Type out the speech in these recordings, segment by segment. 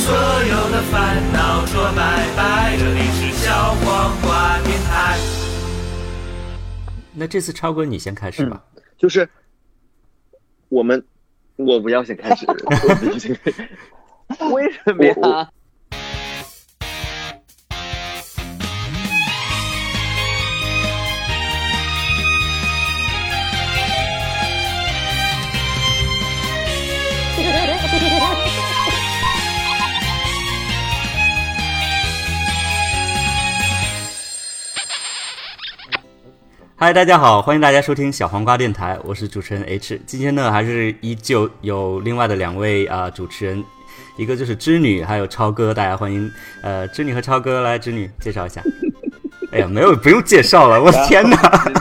所有的烦恼说拜拜，这里是小黄瓜电台。 那这次超哥你先开始吧。 就是我不要先开始，我必须先开始。为什么呀？ 嗨，大家好，欢迎大家收听小黄瓜电台，我是主持人 H。今天呢，还是依旧有另外的两位主持人，一个就是织女，还有超哥，大家欢迎。织女和超哥，来，织女介绍一下。哎呀，没有，不用介绍了，我的天哪！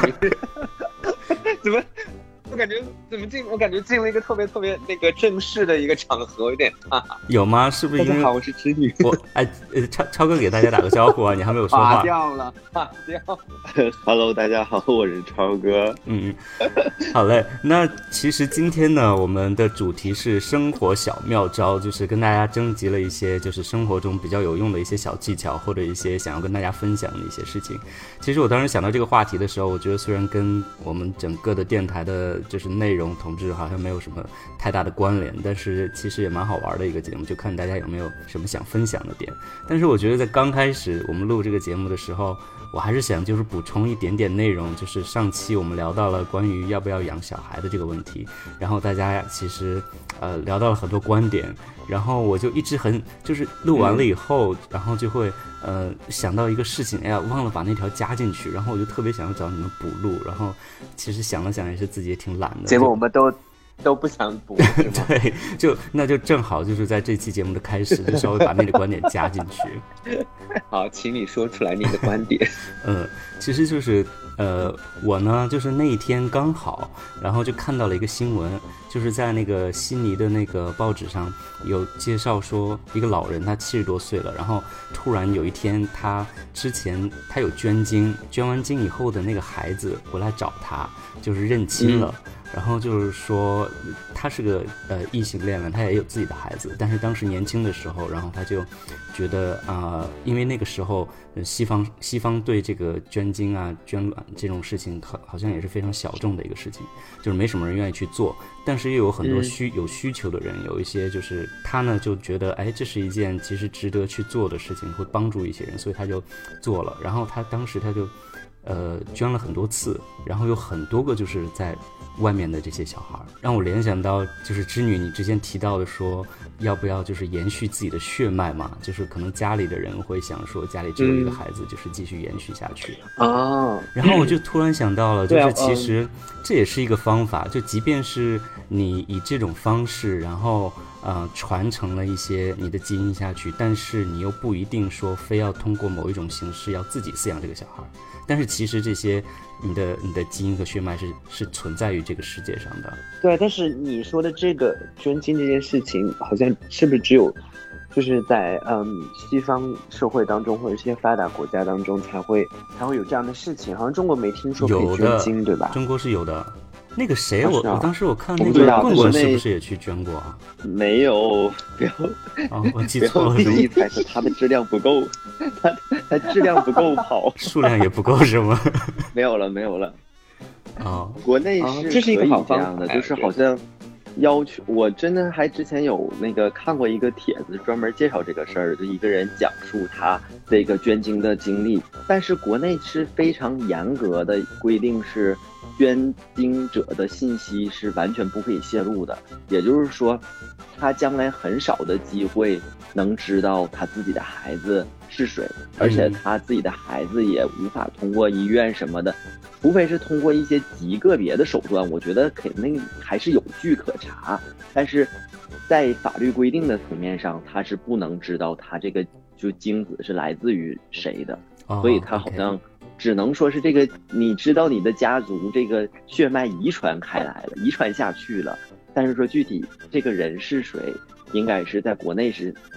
怎么？我感觉进了一个特别那个正式的一个场合，有点有吗？是不是因为？ 大家好，我是织女。 超哥给大家打个招呼啊，你还没有说话。 拔掉。Hello， 大家好，我是超哥。 好嘞。那其实今天呢，我们的主题是生活小妙招，就是跟大家征集了一些就是生活中比较有用的一些小技巧，或者一些想要跟大家分享的一些事情。其实我当时想到这个话题的时候，我觉得虽然跟我们整个的电台的就是内容同志好像没有什么太大的关联，但是其实也蛮好玩的一个节目，就看大家有没有什么想分享的点。但是我觉得在刚开始我们录这个节目的时候，我还是想就是补充一点点内容，就是上期我们聊到了关于要不要养小孩的这个问题，然后大家其实聊到了很多观点，然后我就一直就是录完了以后，然后就会想到一个事情，哎呀，忘了把那条加进去，然后我就特别想要找你们补录，然后其实想了想也是自己也挺懒的， 结果我们都不想补，是吗？ 对，那就正好就是在这期节目的开始，就稍微把那个观点加进去。 好，请你说出来你的观点。 其实就是我呢，就是那一天刚好，然后就看到了一个新闻，就是在那个悉尼的那个报纸上有介绍说，一个老人他70多岁了，然后突然有一天之前他有捐精，捐完精以后的那个孩子回来找他，就是认亲了。然后就是说他是个异性恋了，他也有自己的孩子，但是当时年轻的时候，然后他就觉得因为那个时候西方对这个捐精捐卵这种事情好像也是非常小众的一个事情，就是没什么人愿意去做，但是又有很多有需求的人，有一些就是他呢就觉得这是一件其实值得去做的事情，会帮助一些人，所以他就做了。然后当时他就捐了很多次，然后有很多个就是在外面的这些小孩，让我联想到就是织女你之前提到的说要不要就是延续自己的血脉嘛，就是可能家里的人会想说家里只有一个孩子，就是继续延续下去然后我就突然想到了，就是其实这也是一个方法，就即便是你以这种方式然后传承了一些你的基因下去，但是你又不一定说非要通过某一种形式要自己饲养这个小孩，但是其实这些你的基因和血脉是存在于这个世界上的。 对，但是你说的这个捐精这件事情，好像是不是只有就是在西方社会当中或者一些发达国家当中才会有这样的事情？好像中国没听说可以捐精，对吧？ 中国是有的。那个谁，我当时我看那个棍棍是不是也去捐过啊？ 没有，不要我记错了， 不要猜测他的质量不够，他质量不够好， 数量也不够是吗？ 没有了。国内这是一个好这样的，就是好像要求，我真的还之前有那个看过一个帖子，专门介绍这个事儿，就一个人讲述他这个捐精的经历，但是国内是非常严格的规定，是捐精者的信息是完全不可以泄露的，也就是说他将来很少的机会能知道他自己的孩子是谁，而且他自己的孩子也无法通过医院什么的，除非是通过一些极个别的手段，我觉得肯定还是有据可查，但是在法律规定的层面上，他是不能知道他这个就精子是来自于谁的，所以他好像只能说是这个，你知道你的家族这个血脉遗传开来了，遗传下去了，但是说具体这个人是谁，应该是在国内是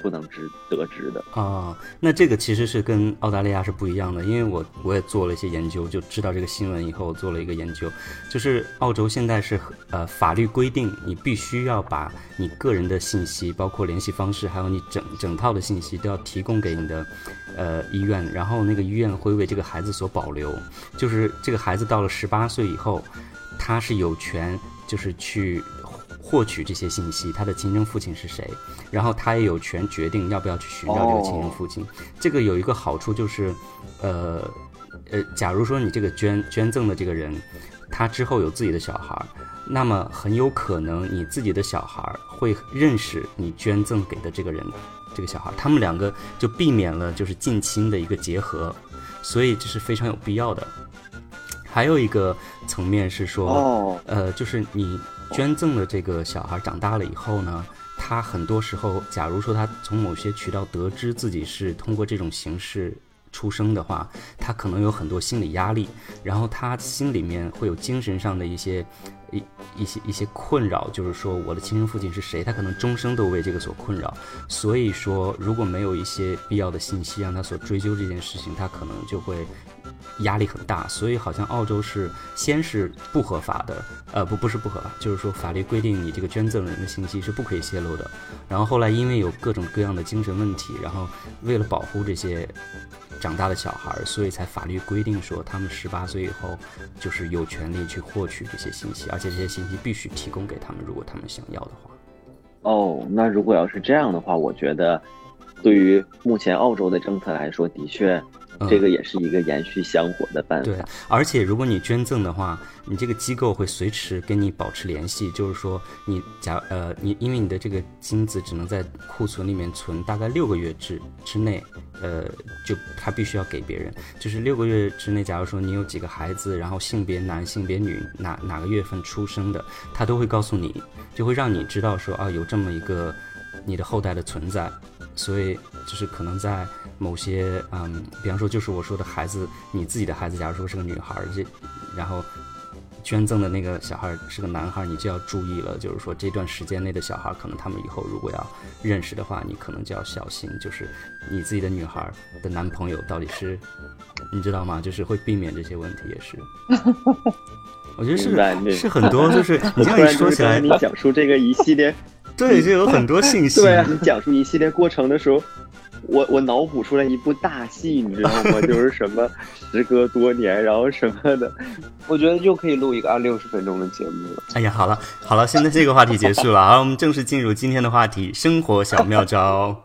不能得知的。 那这个其实是跟澳大利亚是不一样的，因为我也做了一些研究，就知道这个新闻以后做了一个研究，就是澳洲现在是法律规定你必须要把你个人的信息，包括联系方式，还有你整套的信息都要提供给你的医院，然后那个医院会为这个孩子所保留，就是这个孩子到了18岁以后，他是有权就是去获取这些信息，他的亲生父亲是谁，然后他也有权决定要不要去寻找这个亲生父亲。这个有一个好处就是，假如说你这个捐赠的这个人，他之后有自己的小孩，那么很有可能你自己的小孩会认识你捐赠给的这个人，这个小孩，他们两个就避免了就是近亲的一个结合，所以这是非常有必要的。还有一个层面是说，就是你捐赠的这个小孩长大了以后呢，他很多时候，假如说他从某些渠道得知自己是通过这种形式出生的话，他可能有很多心理压力，然后他心里面会有精神上的一些困扰，就是说我的亲生父亲是谁，他可能终生都为这个所困扰。所以说，如果没有一些必要的信息让他所追究这件事情，他可能就会压力很大。所以好像澳洲是先是不合法的，不是不合法，就是说法律规定你这个捐赠人的信息是不可以泄露的。然后后来因为有各种各样的精神问题，然后为了保护这些长大的小孩，所以才法律规定说他们18岁以后就是有权利去获取这些信息，而且这些信息必须提供给他们，如果他们想要的话。 那如果要是这样的话，我觉得对于目前澳洲的政策来说，的确这个也是一个延续香火的办法。 对，而且如果你捐赠的话，你这个机构会随时跟你保持联系，就是说你因为你的这个精子只能在库存里面存大概6个月之内，就他必须要给别人，就是6个月之内，假如说你有几个孩子，然后性别男性别女，哪个月份出生的，他都会告诉你，就会让你知道说有这么一个你的后代的存在。所以就是可能在某些比方说就是我说的孩子，你自己的孩子假如说是个女孩，然后捐赠的那个小孩是个男孩，你就要注意了，就是说这段时间内的小孩，可能他们以后如果要认识的话，你可能就要小心，就是你自己的女孩的男朋友到底是，你知道吗？就是会避免这些问题，也是我觉得是很多，就是你这样一说起来， 你讲述这个一系列对，就有很多信息。 对啊，你讲述一系列过程的时候，我脑补出来一部大戏，你知道吗？就是什么时隔多年，然后什么的，我觉得又可以录一个60分钟的节目了。 哎呀，好了，现在这个话题结束了，好，我们正式进入今天的话题——生活小妙招。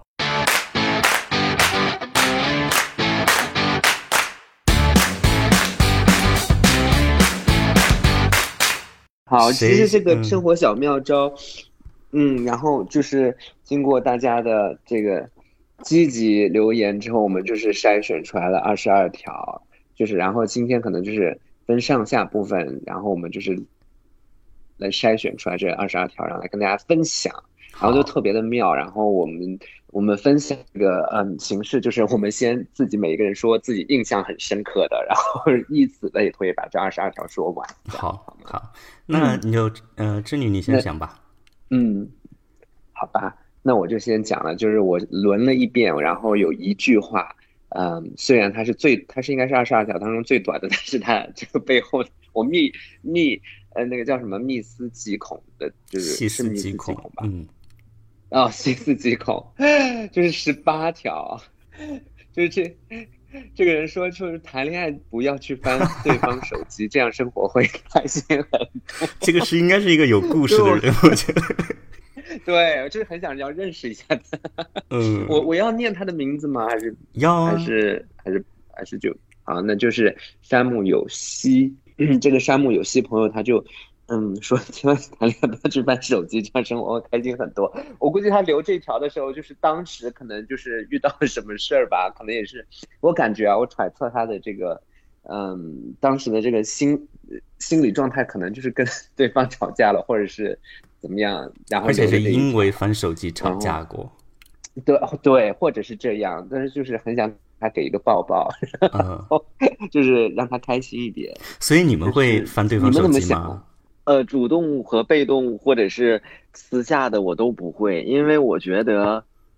好，其实这个生活小妙招。然后就是经过大家的这个积极留言之后，我们就是筛选出来了22条，就是然后今天可能就是分上下部分，然后我们就是来筛选出来这22条，然后来跟大家分享，然后就特别的妙。然后我们分享这个形式，就是我们先自己每一个人说自己印象很深刻的，然后以此类推把这22条说完。 好，那你就织女你先讲吧。 好吧，那我就先讲了，就是我轮了一遍，然后有一句话，虽然它是应该是22条当中最短的，但是它这个背后我那个叫什么密思极恐的，就是细思极恐吧？细思极恐，就是18条，就是这个人说，就是谈恋爱不要去翻对方手机，这样生活会开心很多。 这个应该是一个有故事的人，我觉得。 对，就是很想要认识一下他。我要念他的名字吗？还是要啊？ 还是就好？那就是山木有希。这个山木有希朋友他就说千万谈恋爱不要去翻手机，这样生活会开心很多。我估计他留这条的时候，就是当时可能就是遇到了什么事儿吧，可能也是我感觉我揣测他的这个当时的这个心理状态，可能就是跟对方吵架了，或者是怎么样，然后而且是因为翻手机吵架过。 对，或者是这样，但是就是很想他给一个抱抱，就是让他开心一点。 所以你们会翻对方手机吗？ 主动和被动或者是私下的我都不会，因为我觉得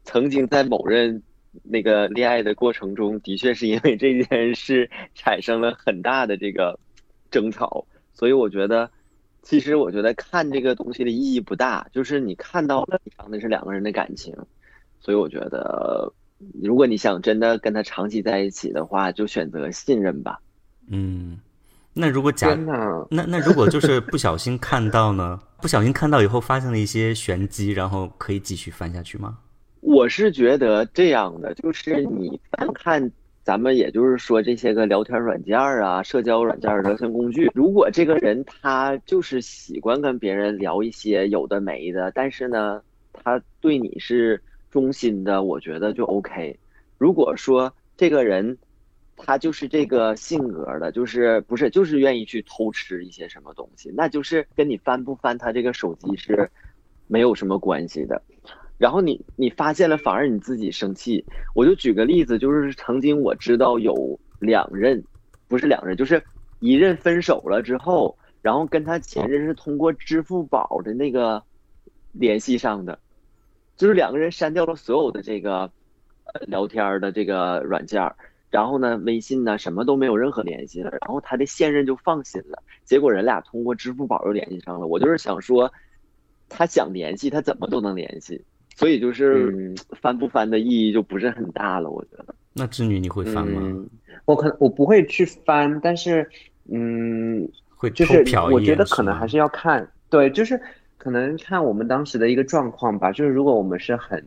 曾经在某任那个恋爱的过程中，的确是因为这件事产生了很大的这个争吵，所以我觉得，其实我觉得看这个东西的意义不大，就是你看到了讲的是两个人的感情，所以我觉得，如果你想真的跟他长期在一起的话，就选择信任吧。 嗯，那如果天哪， 那如果就是不小心看到呢？不小心看到以后发生了一些玄机，然后可以继续翻下去吗？ 我是觉得这样的，就是你翻看咱们也就是说这些个聊天软件啊、社交软件、聊天工具，如果这个人他就是习惯跟别人聊一些有的没的，但是呢，他对你是忠心的，我觉得就 OK。如果说这个人他就是这个性格的，就是不是就是愿意去偷吃一些什么东西，那就是跟你翻不翻他这个手机是没有什么关系的。然后你发现了，反而你自己生气。我就举个例子，就是曾经我知道有两任，不是两任，就是一任分手了之后，然后跟他前任是通过支付宝的那个联系上的，就是两个人删掉了所有的这个聊天的这个软件，然后呢微信呢什么都没有任何联系了，然后他的现任就放心了，结果人俩通过支付宝又联系上了。我就是想说，他想联系他怎么都能联系。所以就是翻不翻的意义就不是很大了，我觉得。 那织女你会翻吗？ 我不会去翻，但是会就是偷瞟一眼我觉得可是吗能还是要看，对，就是可能看我们当时的一个状况吧。就是如果我们是很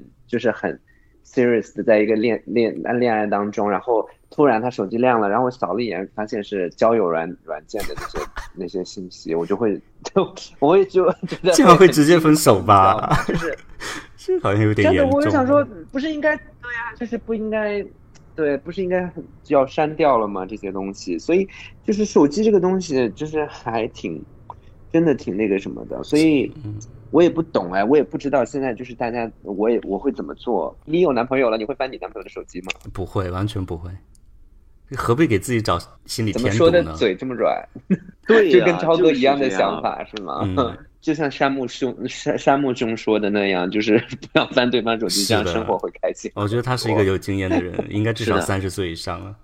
serious 的在一个恋爱当中，然后突然他手机亮了，然后我扫了一眼，发现是交友软件的那些信息，我会觉得这样会直接分手吧？ 就是这好像有点真的， 严重。 我就想说，不是应该对啊，就是不应该。对，不是应该就要删掉了吗？这些东西，所以就是手机这个东西，就是还真的挺那个什么的，所以我也不懂哎，我也不知道现在就是大家，我会怎么做？你有男朋友了，你会翻你男朋友的手机吗？ 不会，完全不会。何必给自己找心理怎么添堵呢？ 说的嘴这么软？ 对就跟超哥一样的想法是吗？就像山木兄说的那样，就是不要翻对方手机，这样生活会开心。 我觉得他是一个有经验的人，应该至少30岁以上了。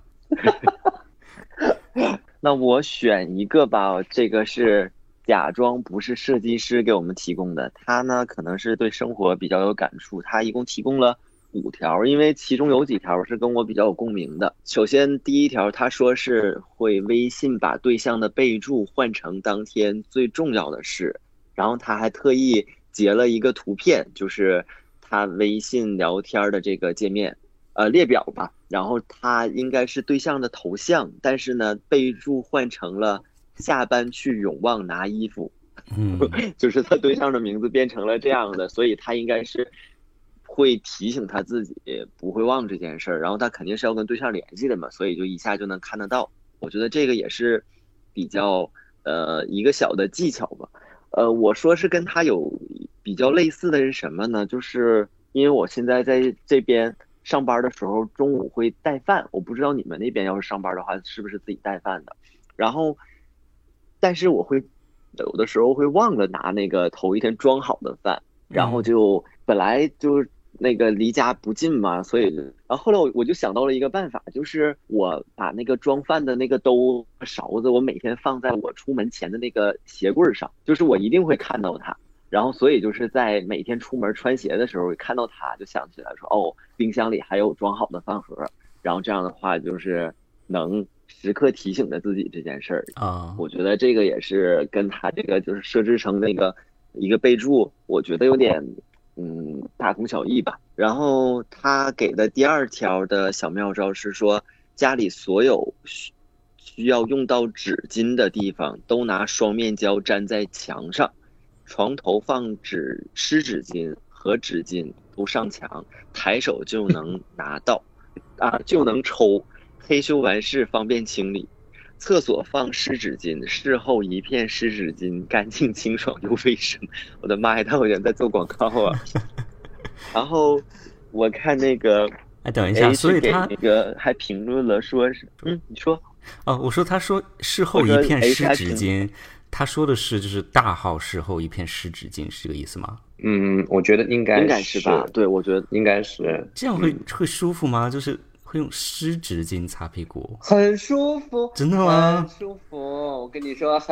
那我选一个吧，这个是假装不是设计师给我们提供的，他呢可能是对生活比较有感触，他一共提供了5条，因为其中有几条是跟我比较有共鸣的。首先第一条，他说是会微信把对象的备注换成当天最重要的事，然后他还特意截了一个图片，就是他微信聊天的这个界面列表吧，然后他应该是对象的头像，但是呢备注换成了下班去永旺拿衣服，就是他对象的名字变成了这样的，所以他应该是会提醒他自己不会忘这件事儿，然后他肯定是要跟对象联系的嘛，所以就一下就能看得到。我觉得这个也是比较一个小的技巧吧。我说是跟他有比较类似的是什么呢？就是因为我现在在这边上班的时候，中午会带饭，我不知道你们那边要是上班的话，是不是自己带饭的？然后，但是我会有的时候会忘了拿那个头一天装好的饭，然后就本来就那个离家不近嘛，所以然后后来我就想到了一个办法，就是我把那个装饭的那个兜勺子，我每天放在我出门前的那个鞋柜上，就是我一定会看到它。然后所以就是在每天出门穿鞋的时候看到它，就想起来说哦，冰箱里还有装好的饭盒，然后这样的话就是能时刻提醒着自己这件事儿啊。我觉得这个也是跟他这个就是设置成那个一个备注，我觉得有点大同小异吧。然后他给的第2条的小妙招是说，家里所有需要用到纸巾的地方都拿双面胶粘在墙上，床头放湿纸巾和纸巾都上墙，抬手就能拿到就能抽，黑修完事方便清理。厕所放湿纸巾，事后一片湿纸巾，干净清爽又卫生。我的妈呀，他好像在做广告啊！然后我看那个， 等一下，所以他那个还评论了，说是你说哦，我说他说事后一片湿纸巾，他说的是就是大号事后一片湿纸巾，是这个意思吗？ 我觉得应该是吧？对，我觉得应该是这样会舒服吗？就是会用湿纸巾擦屁股， 很舒服， 真的吗？ 很舒服，我跟你说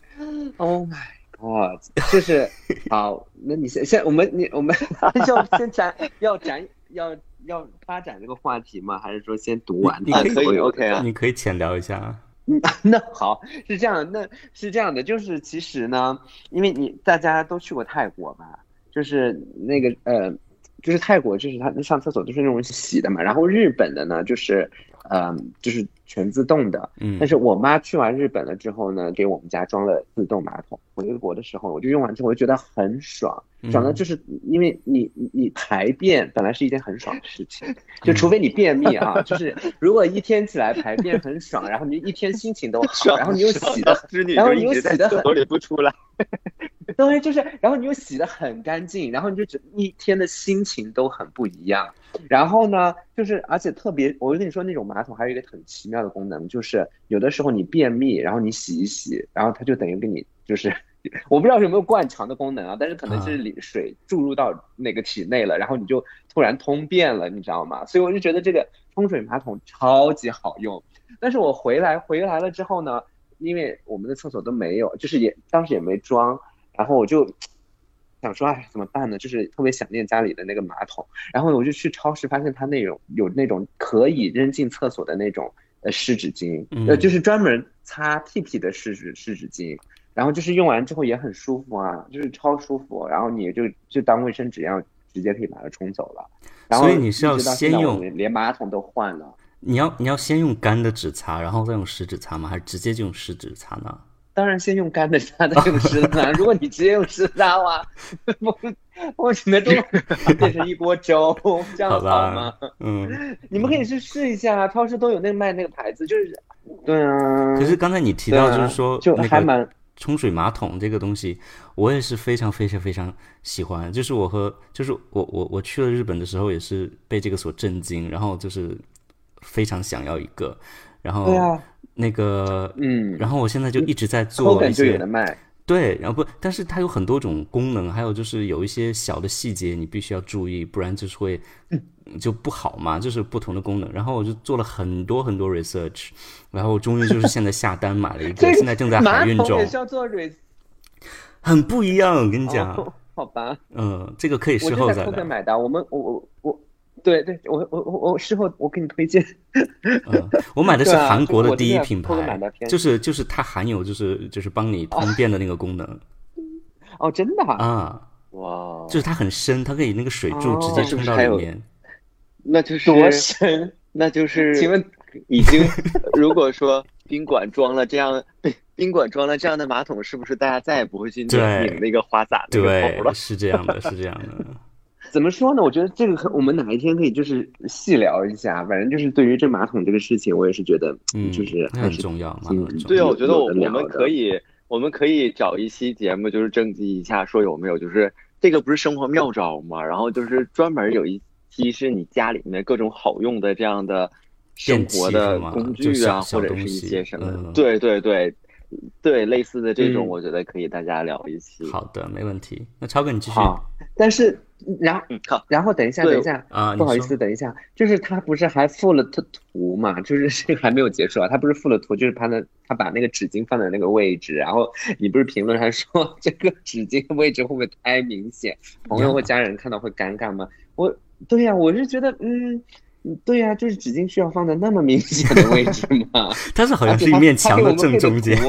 Oh my God， 就是好，那你先我们要先要发展这个话题吗？还是说先读完它？ 可以 OK 啊， 你可以浅聊一下。 那好，是这样的，就是其实呢，因为大家都去过泰国吧，就是那个就是泰国就是他上厕所都是那种洗的嘛，然后日本的呢就是就是全自动的，但是我妈去完日本了之后呢，给我们家装了自动马桶。回国的时候我就用完之后我就觉得很爽的，就是因为你排便本来是一件很爽的事情，就除非你便秘啊，就是如果一天起来排便很爽，然后你一天心情都好，然后你又洗的很不出来。 对，就是，然后你又洗得很干净，然后你就一天的心情都很不一样。然后呢，就是而且特别，我跟你说那种马桶还有一个很奇妙的功能，就是有的时候你便秘，然后你洗一洗，然后它就等于给你就是我不知道有没有灌肠的功能啊，但是可能是水注入到那个体内了，然后你就突然通便了，你知道吗？所以我就觉得这个冲水马桶超级好用。但是我回来了之后呢，因为我们的厕所都没有，就是当时也没装。然后我就想说，怎么办呢？就是特别想念家里的那个马桶。然后我就去超市，发现它有那种可以扔进厕所的那种湿纸巾，就是专门擦屁屁的湿纸巾。然后就是用完之后也很舒服啊，就是超舒服。然后你就当卫生纸一样，直接可以把它冲走了。然后所以你是要先用， 连马桶都换了。 你要先用干的纸擦，然后再用湿纸擦吗？还是直接就用湿纸擦呢？ 当然先用干的擦，再用湿的擦。如果你直接用湿擦的话，我只能都变成一锅粥，这样好吗？你们可以去试一下，超市都有卖那个牌子，就是对啊。 可是刚才你提到就是说， 就还蛮冲水马桶这个东西，我也是非常非常非常喜欢。就是我去了日本的时候，也是被这个所震惊，然后就是非常想要一个，然后。对啊。那个然后我现在就一直在做一些， 就有的卖。 对，然后但是它有很多种功能，还有就是有一些小的细节你必须要注意，不然就是会就不好嘛，就是不同的功能。然后我就做了很多很多 research， 然后终于就是现在下单买了一个，现在正在海运中。马桶也是要做很不一样，我跟你讲。 好吧。 这个可以事后再聊。 我在买的，我。对，我事后我给你推荐。 我买的是韩国的第一品牌，就是它含有就是帮你通便的那个功能。 哦，真的啊？哇！就是它很深，它可以那个水柱直接冲到里面。 那就是多深？ 那就是请问已经如果说宾馆装了这样的马桶，是不是大家再也不会去拧那个花洒那个头了？ 对，是这样的，是这样的。 怎么说呢？我觉得这个我们哪一天可以就是细聊一下。反正就是对于这马桶这个事情，我也是觉得就是很重要。 对啊，我觉得我们可以找一期节目，就是征集一下，说有没有就是这个不是生活妙招吗？然后就是专门有一期是你家里面各种好用的这样的生活的工具啊，或者是一些什么。对，类似的这种，我觉得可以大家聊一期。 好的，没问题。那超哥你继续。 但是然后等一下啊，不好意思，等一下，就是他不是还附了图嘛？就是这个还没有结束啊，他不是附了图，就是他把那个纸巾放在那个位置，然后你不是评论还说这个纸巾的位置会不会太明显，朋友或家人看到会尴尬吗？对呀，我是觉得对呀，就是纸巾需要放在那么明显的位置吗？ 但是好像是一面墙的正中间。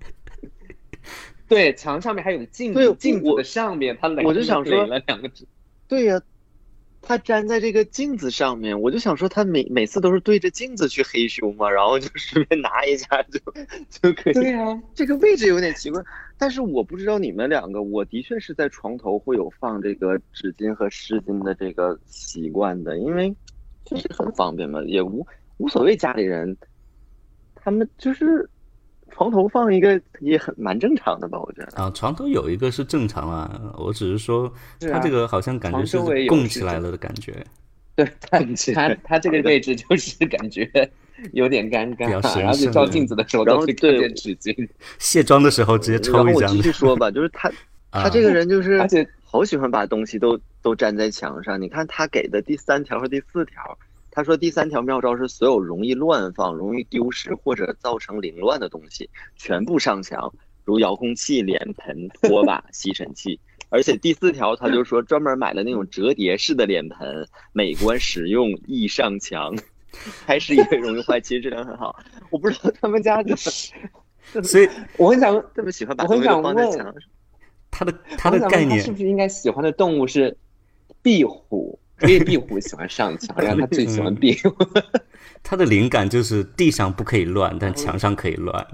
对，墙上面还有镜子的上面， 我就想说了两个纸。 对呀，他粘在这个镜子上面，我就想说他每次都是对着镜子去黑胸嘛，然后就顺便拿一下就可以。 对呀， 这个位置有点奇怪，但是我不知道你们两个，我的确是在床头会有放这个纸巾和湿巾的这个习惯的，因为确实很方便嘛，也无所谓家里人，他们就是床头放一个也蛮正常的吧，我觉得。 啊，床头有一个是正常啊，我只是说它这个好像感觉是供起来了的感觉。 对，它这个位置就是感觉有点尴比较尬，然后神圣就照镜子的时候然后都去看见纸巾。 卸妆的时候直接然抽一张后我继续说吧，就是他这个人就是， 而且好喜欢把东西都粘在墙上。你看他给的第3条和第4条，他说第3条妙招是所有容易乱放、容易丢失或者造成凌乱的东西全部上墙，如遥控器、脸盆、拖把、吸尘器。而且第4条他就说专门买了那种折叠式的脸盆，美观实用，易上墙，开始也容易坏，其实质量很好。我不知道他们家的， 所以我很想这么喜欢把东西都放在墙上。 它的概念他是不是应该喜欢的动物是壁虎？因为壁虎喜欢上墙，然后他最喜欢壁虎。 它的灵感就是地上不可以乱，但墙上可以乱。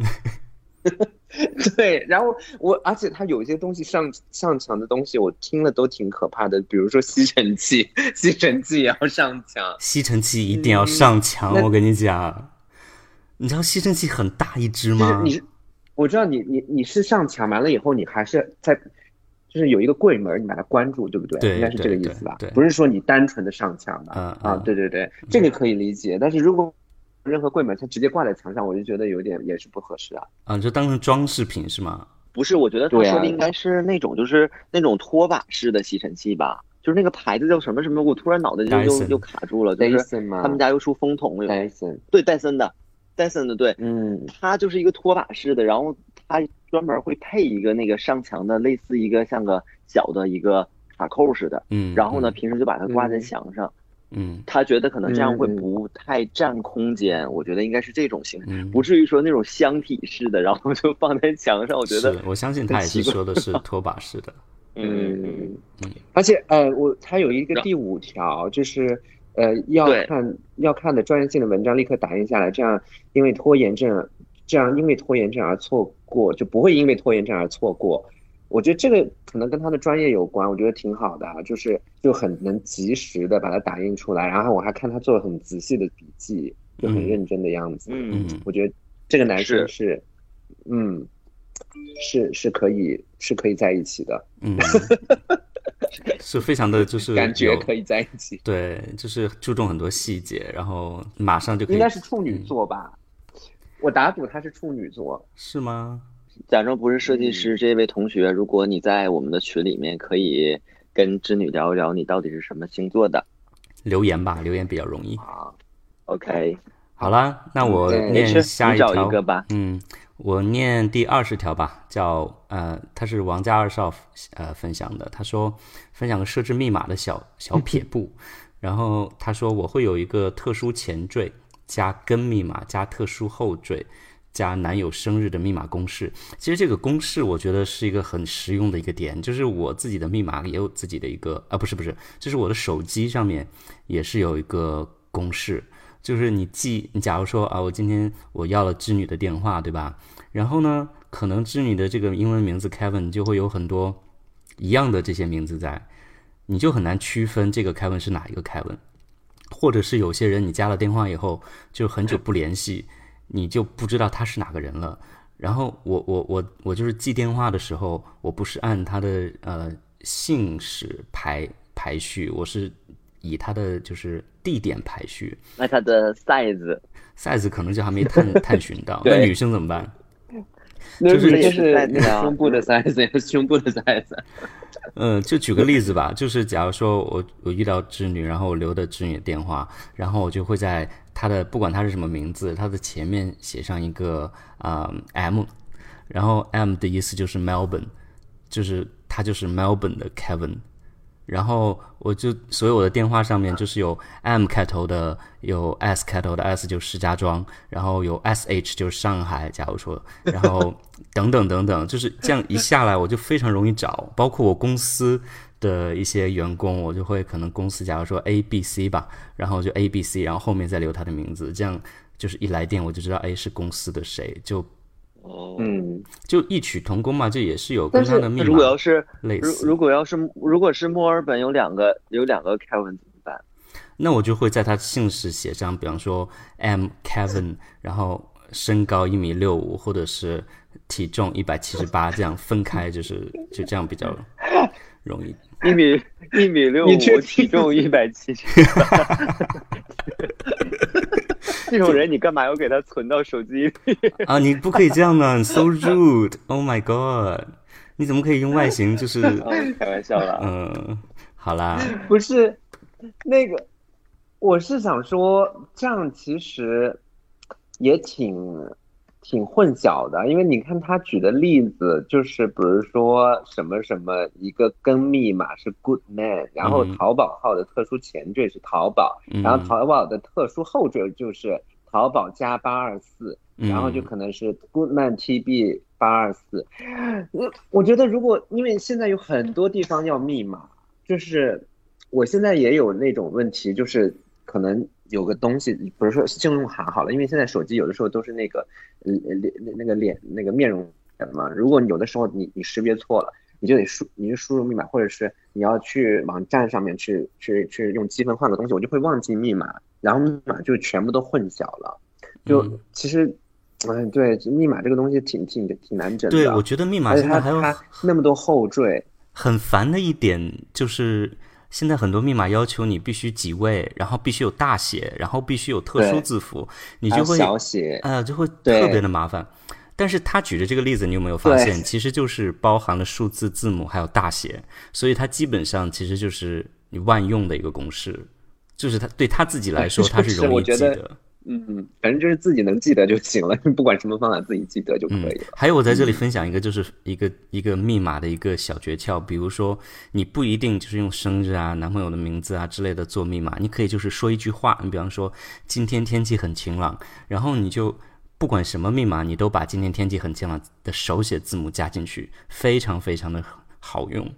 对，然后而且他有一些东西上墙的东西，我听了都挺可怕的，比如说吸尘器，吸尘器也要上墙， 吸尘器一定要上墙，我跟你讲，你知道吸尘器很大一只吗？ 我知道你是上墙完了以后，你还是在，就是有一个柜门，你把它关住，对不对？ 对， 应该是这个意思吧？ 对， 不是说你单纯的上墙吧？对对对，这个可以理解，但是如果任何柜门它直接挂在墙上，我就觉得有点也是不合适啊。 就当成装饰品是吗？ 不是，我觉得他说的应该是那种就是那种拖把式的吸尘器吧，就是那个牌子叫什么什么，我突然脑袋就卡住了，就是他们家又出风筒，对，戴森的对，它就是一个拖把式的，然后它专门会配一个那个上墙的，类似一个像个小的一个卡扣似的，然后呢平时就把它挂在墙上。他觉得可能这样会不太占空间，我觉得应该是这种形式，不至于说那种箱体式的，然后就放在墙上。我觉得我相信他也是说的是拖把式的。 而且他有一个第5条，就是要看的专业性的文章立刻打印下来，这样因为拖延症而错过，就不会因为拖延症而错过。我觉得这个可能跟他的专业有关，我觉得挺好的啊，就很能及时的把它打印出来，然后我还看他做了很仔细的笔记，就很认真的样子。我觉得这个男生是可以在一起的。 是非常的，就是感觉可以在一起。 对，就是注重很多细节，然后马上就可以。 应该是处女座吧？我打赌他是处女座。 是吗？ 假装不是设计师，这位同学，如果你在我们的群里面，可以跟织女聊一聊你到底是什么星座的， 留言吧，留言比较容易。 OK， 好了，那我念下一条。 你找一个吧。 我念第20条吧，叫他是王家2少分享的，他说分享个设置密码的小撇步，然后他说我会有一个特殊前缀加根密码加特殊后缀加男友生日的密码公式。其实这个公式我觉得是一个很实用的一个点，就是我自己的密码也有自己的一个不是，就是我的手机上面也是有一个公式，就是你假如说我今天我要了织女的电话，对吧？然后呢，可能织女的这个英文名字 Kevin 就会有很多一样的这些名字在，你就很难区分这个 Kevin 是哪一个 Kevin， 或者是有些人你加了电话以后就很久不联系，你就不知道他是哪个人了。然后我就是记电话的时候，我不是按他的姓氏排序，我是以他的就是地点排序。 那他的 size 可能就还没探寻到。那女生怎么办？ 就是胸部的 size， 胸部的 size。 就举个例子吧，就是假如说我遇到织女，然后我留的织女的电话，然后我就会在她的不管她是什么名字，她的前面写上一个M， 然后 M 的意思就是 Melbourne， 就是他就是 Melbourne 的 Kevin。然后我就所有的电话上面就是有 M 开头的，有 S 开头的 ，S 就是石家庄，然后有 SH 就是上海，假如说，然后等等等等，就是这样一下来我就非常容易找，包括我公司的一些员工，我就会可能公司假如说 ABC 吧，然后就 ABC， 然后后面再留他的名字，这样就是一来电我就知道是公司的谁，就异曲同工嘛，这也是有跟他的密码类似。 如果是墨尔本有两个 Kevin 怎么办？ 那我就会在他姓氏写上，比方说 M Kevin， 然后身高1.65米，或者是体重178，这样分开，就这样比较容易。 1.65米，体重178。 这种人你干嘛要给他存到手机里？ 啊，你不可以这样的，so rude，Oh my god，你怎么可以用外形就是？ 开玩笑啦。 好啦， 不是那个，我是想说，这样其实也挺混淆的，因为你看他举的例子，就是比如说什么什么一个根密码是 good man， 然后淘宝号的特殊前缀是淘宝，然后淘宝的特殊后缀就是淘宝加824，然后就可能是 good man TB 824。我觉得如果因为现在有很多地方要密码，就是我现在也有那种问题，就是可能有个东西，比如说信用卡好了，因为现在手机有的时候都是那个那个面容嘛，如果有的时候你识别错了，你就输入密码，或者是你要去网站上面去用积分换个东西，我就会忘记密码，然后密码就全部都混淆了。就其实，对，密码这个东西挺难整的。 对，我觉得密码现在还有它那么多后缀， 很烦的一点就是。现在很多密码要求你必须几位，然后必须有大写，然后必须有特殊字符，你就会小写， 就会特别的麻烦。但是他举的这个例子，你有没有发现，其实就是包含了数字、字母还有大写，所以它基本上其实就是你万用的一个公式，就是他对他自己来说，他是容易记得。 反正就是自己能记得就行了，不管什么方法自己记得就可以了。 还有我在这里分享一个，就是一个密码的一个小诀窍，比如说你不一定就是用生日啊、男朋友的名字啊之类的做密码，你可以就是说一句话，你比方说今天天气很晴朗，然后你就不管什么密码，你都把今天天气很晴朗的手写字母加进去，非常非常的好用。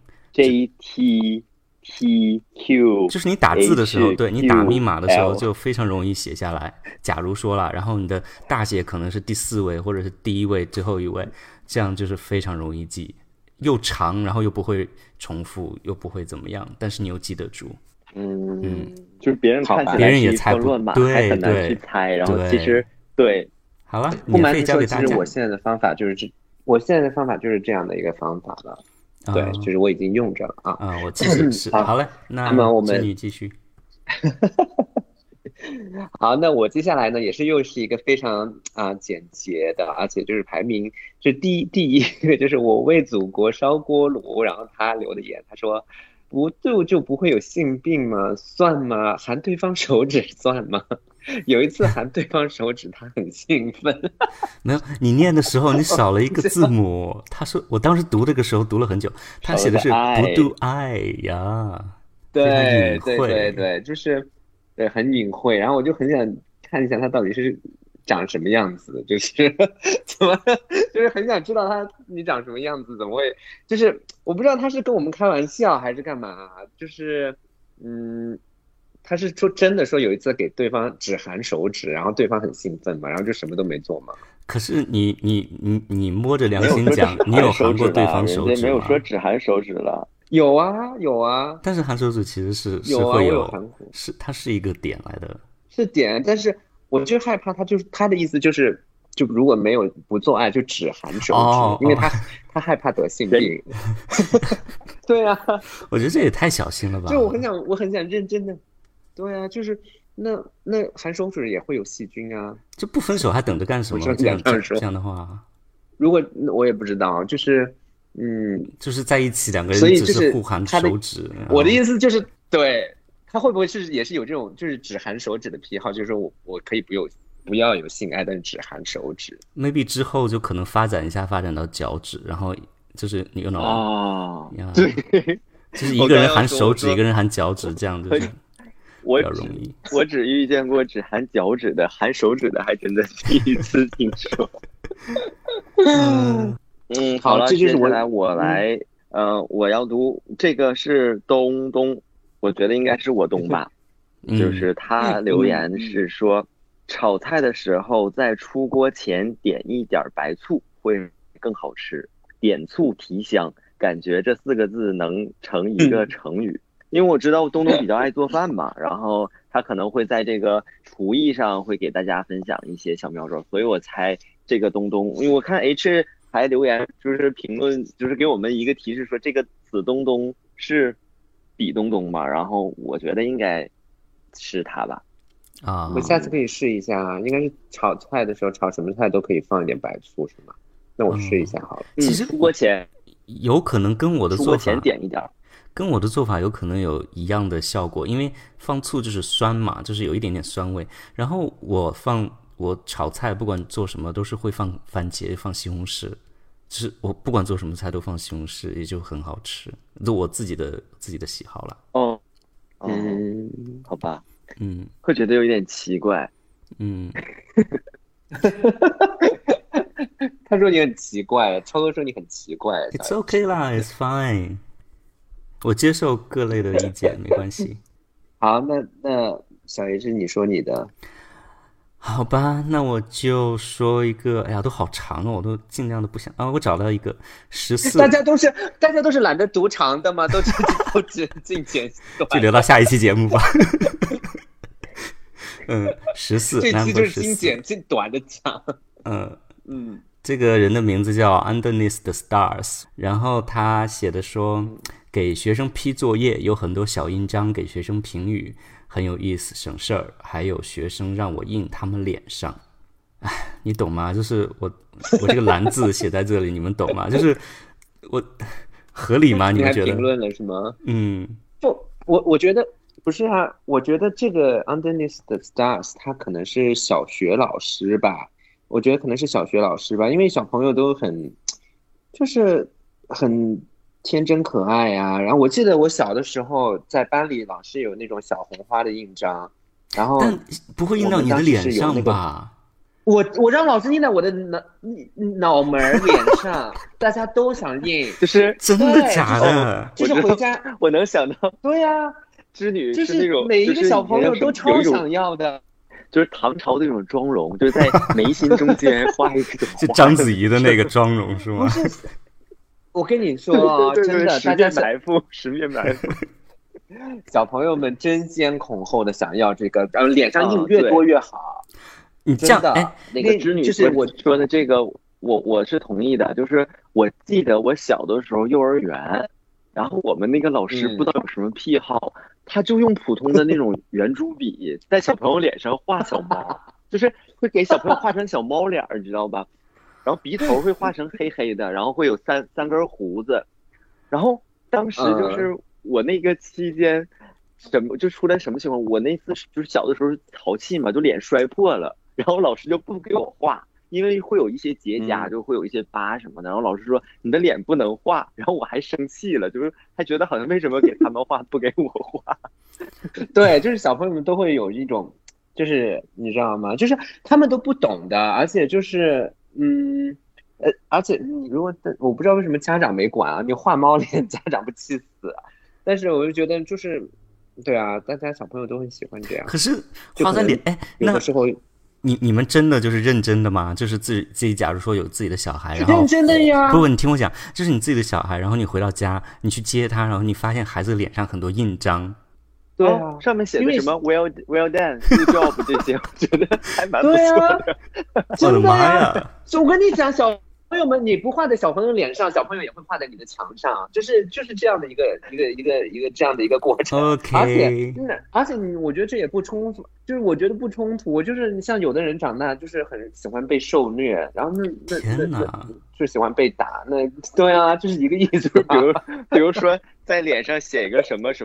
JTTQ 就是你打字的时候，对你打密码的时候就非常容易写下来。假如说了，然后你的大写可能是第4位或者是第1位最后一位，这样就是非常容易记，又长，然后又不会重复，又不会怎么样，但是你又记得住。 就是别人看起来别人也猜不乱码， 对， 还很难去猜，然后其实对。 好了， 不瞒你说，其实我现在的方法就是这样的一个方法了。对，就是我已经用着了啊。 我其实是好嘞，那么我们你继续。 好，那我接下来呢，又是一个非常简洁的，而且就是排名就第一个，就是我为祖国烧锅炉，然后他留的言，他说不度就不会有性病吗？算吗？含对方手指算吗？有一次含对方手指，他很兴奋。 没有，你念的时候你少了一个字母。他说，我当时读这个时候读了很久，他写的是不度爱呀。 对，就是对很隐晦。然后我就很想看一下他到底是长什么样子，就是怎么，就是很想知道你长什么样子，怎么会？就是我不知道他是跟我们开玩笑还是干嘛，就是他是说真的说有一次给对方只含手指，然后对方很兴奋嘛，然后就什么都没做嘛。 可是你摸着良心讲，你有含过对方手指吗？ 人家没有说只含手指了。 有啊。 但是含手指其实是会有含过， 它是一个点来的。 是点，但是我就害怕他的意思就是，就如果没有不做爱就只含手指，因为他害怕得性病。对啊， 我觉得这也太小心了吧。 就我很想认真的。对啊，就是那含手指也会有细菌啊， 就不分手还等着干什么？这样的话， 如果我也不知道，就是就是在一起两个人只是互含手指。 我的意思就是，对他会不会也是有这种就是只含手指的癖好？就是说我可以不要有性爱，但是只含手指。 maybe 之后就可能发展到脚趾，然后就是你用对， 就是一个人含手指，一个人含脚趾，这样就是。 我只遇见过只含脚趾的，含手指的还真的第一次听说。好了，接下来我来，我要读这个是东，我觉得应该是我东吧，就是他留言是说，炒菜的时候在出锅前点一点白醋会更好吃，点醋提香，感觉这4个字能成一个成语。因为我知道东比较爱做饭嘛，然后他可能会在这个厨艺上会给大家分享一些小妙招，所以我猜这个东，因为我看 H 还留言就是评论，就是给我们一个提示说这个此东是比东嘛，然后我觉得应该是他吧。 啊。 我下次可以试一下，应该是炒菜的时候炒什么菜都可以放一点白醋是吗？那我试一下好了。 其实出锅前有可能跟我的做法出锅前点一点。 跟我的做法有可能有一样的效果，因为放醋就是酸嘛，就是有一点点酸味。然后我炒菜不管做什么都是会放番茄、放西红柿，就是我不管做什么菜都放西红柿，也就很好吃。这我自己的喜好了。 哦，好吧，会觉得有一点奇怪。 他说你很奇怪，超哥说你很奇怪。 It's okay 啦 ，It's fine。我接受各类的意见，没关系。 好，那小爷子你说你的。 好吧，那我就说一个，哎呀，都好长哦，我都尽量的不想啊。我找到一个14， 大家都是懒得读长的吗？都只尽简短， 就留到下一期节目吧。14， 这期就是 14 精简尽短的讲。 这个人的名字叫 Underneath the Stars， 然后他写的说，给学生批作业有很多小印章给学生评语，很有意思，省事儿。还有学生让我印他们脸上，哎，你懂吗？就是我这个蓝字写在这里，你们懂吗？就是我合理吗？你们觉得？ 你还评论了是吗？ 不， 我觉得不是啊，我觉得这个 Underneath the Stars 他可能是小学老师吧。我觉得可能是小学老师吧，因为小朋友都就是很天真可爱啊。然后我记得我小的时候在班里老是有那种小红花的印章，然后但不会印到你的脸上吧？ 我让老师印在我的脑门脸上，大家都想印， 就是真的假的？ 就是回家我能想到， 对呀， 织女就是那种， 每一个小朋友都超想要的。 就是唐朝的那种妆容，就是在眉心中间画一个就章子怡的那个妆容是吗？ 不是，我跟你说啊，真的，大家十面埋伏， 小朋友们争先恐后的想要这个，然后脸上印越多越好。 你这样， 哎， 那个织女就是我说的这个，我是同意的。就是我记得我小的时候幼儿园，然后我们那个老师不知道有什么癖好。他就用普通的那种圆珠笔在小朋友脸上画小猫，就是会给小朋友画成小猫脸，你知道吧？然后鼻头会画成黑黑的，然后会有三根胡子。然后当时就是我那个期间，就出来什么情况？我那次就是小的时候淘气嘛，就脸摔破了，然后老师就不给我画。因为会有一些结痂，就会有一些疤什么的，然后老师说你的脸不能画，然后我还生气了，就是还觉得好像为什么给他们画不给我画？ 对，就是小朋友们都会有一种，就是你知道吗？就是他们都不懂的，而且就是而且你如果我不知道为什么家长没管啊，你画猫脸家长不气死啊？但是我就觉得就是对啊，大家小朋友都很喜欢这样。 可是画在脸，哎， 有的时候。 你们真的就是认真的吗？就是自己假如说有自己的小孩，然后认真的呀。 不，你听我讲，就是你自己的小孩，然后你回到家，你去接他，然后你发现孩子脸上很多印章， 对啊， 上面写的什么 well done，good job 这些，我觉得还蛮不错的。 我的妈呀！ 我跟你讲，小朋友们，你不画在小朋友脸上，小朋友也会画在你的墙上，就是这样的一个这样的一个过程。 OK， 而且我觉得这也不冲突，就是我觉得不冲突，就是像有的人长大就是很喜欢被受虐，然后那就喜欢被打，那对啊，就是一个意思。 比如说在脸上写一个什么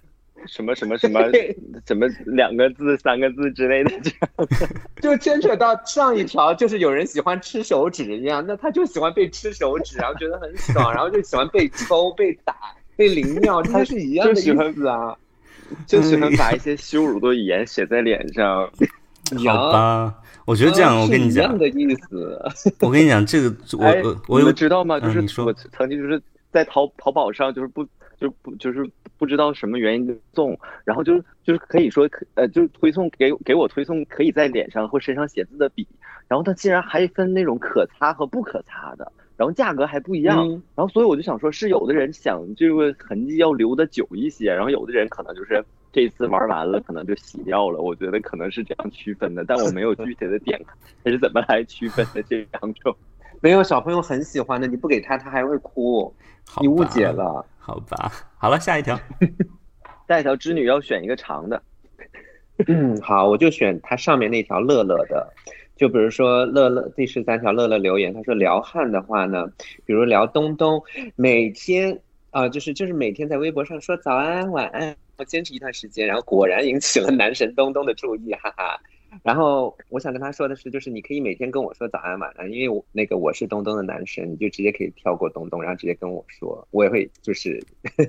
2个字3个字之类的，这样就牵扯到上一条，就是有人喜欢吃手指一样，那他就喜欢被吃手指，然后觉得很爽，然后就喜欢被抽、被打、被淋尿，这是一样的意思啊。 就喜欢把一些羞辱的语言写在脸上。 好吧，我觉得这样，我跟你讲， 一样的意思。 我跟你讲，这个我有知道吗？就是我曾经就是在淘宝上，就是不知道什么原因就送，然后就是可以说就是推送给我推送可以在脸上或身上写字的笔，然后它竟然还分那种可擦和不可擦的，然后价格还不一样，然后所以我就想说，是有的人想这个痕迹要留得久一些，然后有的人可能就是这次玩完了可能就洗掉了，我觉得可能是这样区分的，但我没有具体的点它是怎么来区分的这两种。 没有，小朋友很喜欢的，你不给他还会哭，你误解了。 好吧，好了，下一条。 下一条，织女要选一个长的。 好，我就选它上面那条乐乐的。就比如说乐乐第13条乐乐留言，他说撩汉的话呢，比如聊东东，每天就是每天在微博上说早安晚安，我坚持一段时间，然后果然引起了男神东东的注意，哈哈。然后我想跟他说的是，就是你可以每天跟我说早安晚安，因为我是东东的男神，你就直接可以跳过东东，然后直接跟我说，我也会就是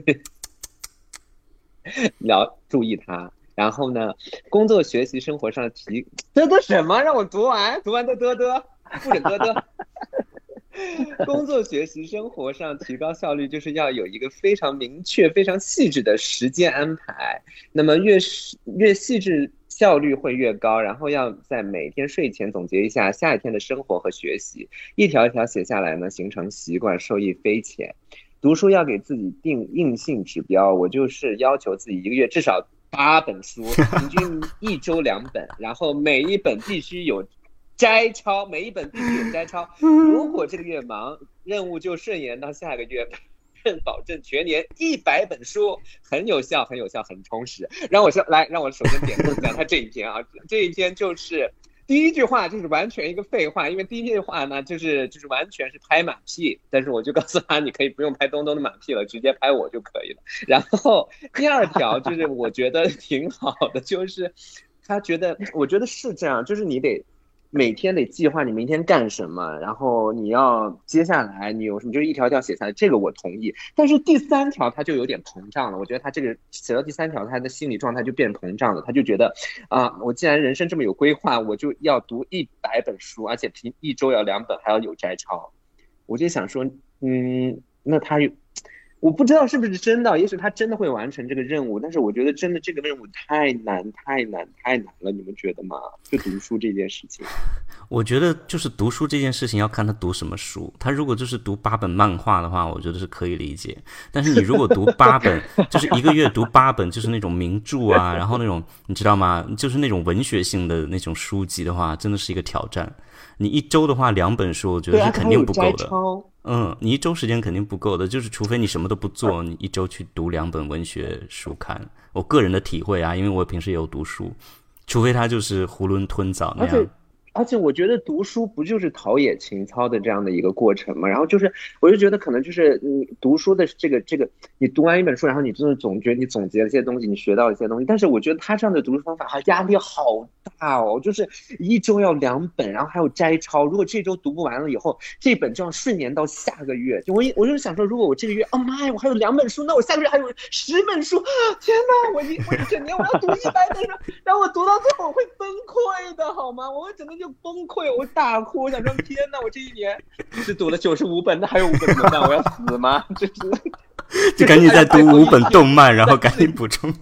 注意他。然后呢，工作、学习、生活上嘚什么？让我读完，读完都嘚，不准嘚。工作、学习、生活上提高效率，就是要有一个非常明确、非常细致的时间安排。那么越细致，效率会越高。然后要在每天睡前总结一下下一天的生活和学习，一条一条写下来呢，形成习惯，受益匪浅。读书要给自己定硬性指标，我就是要求自己一个月至少8本书，平均1周2本，然后每一本必须有摘抄，如果这个月忙，任务就顺延到下个月，保证全年100本书，很有效，很充实。让我首先点评一下他这一篇啊，这一篇就是第一句话就是完全一个废话，因为第一句话呢就是完全是拍马屁，但是我就告诉他你可以不用拍东东的马屁了，直接拍我就可以了。然后第二条就是我觉得挺好的，就是我觉得是这样，就是你得每天得计划你明天干什么，然后你要接下来你有什么，就一条一条写下来，这个我同意。但是第3条他就有点膨胀了，我觉得他这个写到第3条，他的心理状态就变膨胀了，他就觉得我既然人生这么有规划，我就要读100本书，而且平1周要2本，还要有摘抄。我就想说，那我不知道是不是真的，也许他真的会完成这个任务，但是我觉得真的这个任务太难了，你们觉得吗？就读书这件事情， 我觉得就是读书这件事情要看他读什么书。他如果就是读8本漫画的话，我觉得是可以理解。但是你如果读8本，就是一个月读8本，就是那种名著啊，然后那种你知道吗？就是那种文学性的那种书籍的话，真的是一个挑战。你1周的话2本书，我觉得是肯定不够的。你1周时间肯定不够的，就是除非你什么都不做，你1周去读2本文学书看。我个人的体会啊，因为我平时也有读书，除非他就是囫囵吞枣那样。 而且我觉得读书不就是陶冶情操的这样的一个过程吗？然后就是我就觉得可能就是你读书的这个你读完一本书，然后你真的你总结了一些东西，你学到了一些东西，但是我觉得他这样的读书方法还压力好大哦，就是1周要2本，然后还有摘抄，如果这周读不完了以后，这本就要顺延到下个月。我就想说，如果我这个月妈呀，我还有2本书，那我下个月还有10本书，天哪，我一整年我要读100本书，然后我读到最后我会崩溃的好吗？我会整个就崩溃，我大哭，我想说天哪，我这一年是读了95本，那还有5本怎么办？我要死吗？ 就赶紧再读5本动漫，然后赶紧补充。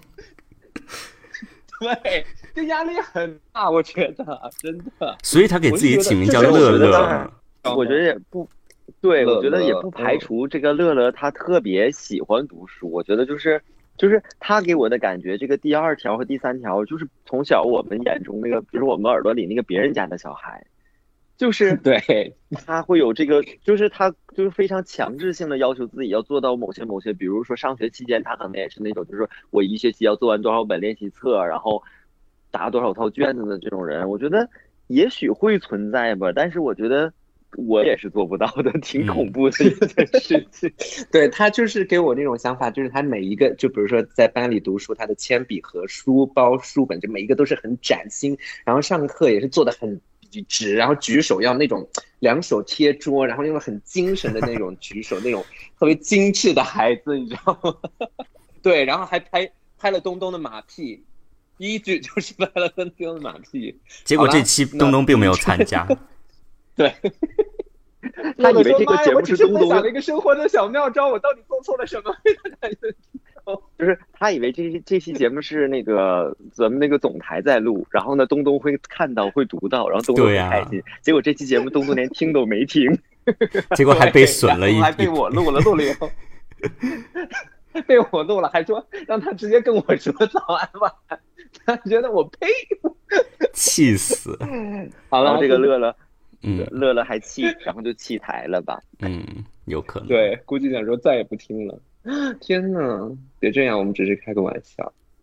对，这压力很大，我觉得真的。 所以他给自己起名叫乐乐。 我觉得也不对，我觉得也不排除这个乐乐他特别喜欢读书。我觉得就是他给我的感觉，这个第2条和第3条，就是从小我们眼中那个，比如我们耳朵里那个别人家的小孩，就是对他会有这个，就是他就是非常强制性的要求自己要做到某些，比如说上学期间，他可能也是那种，就是我1学期要做完多少本练习册，然后答多少套卷子的这种人。我觉得也许会存在吧，但是我觉得我也是做不到的，挺恐怖的一件事情。 对，他就是给我那种想法，就是他每一个，就比如说在班里读书，他的铅笔盒、书包、书本，就每一个都是很崭新，然后上课也是做的很直，然后举手要那种2手贴桌，然后那种很精神的那种举手，那种特别精致的孩子，你知道吗？对，然后还拍了东东的马屁，第一句就是拍了东东的马屁， 结果这期东东并没有参加。 对， 他以为这个节目是东东， 我只是分享了一个生活的小妙招，我到底做错了什么？ 就是他以为这期节目是那个咱们那个总台在录，然后呢东东会看到会读到，然后东东很开心。结果这期节目东东连听都没听， 结果还被损了还被我录了以后。被我录了，还说让他直接跟我说早安晚安，他觉得我呸， 气死。 好了，这个乐乐还气，然后就弃台了吧？ 有可能。 对，估计想说再也不听了。天哪，别这样，我们只是开个玩笑。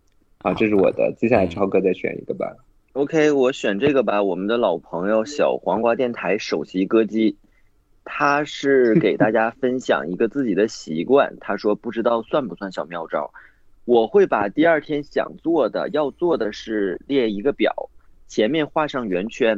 好，这是我的，接下来超哥再选一个吧。 OK， 我选这个吧，我们的老朋友小黄瓜电台首席歌姬，他是给大家分享一个自己的习惯，他说不知道算不算小妙招。我会把第二天想做的、要做的是列一个表，前面画上圆圈，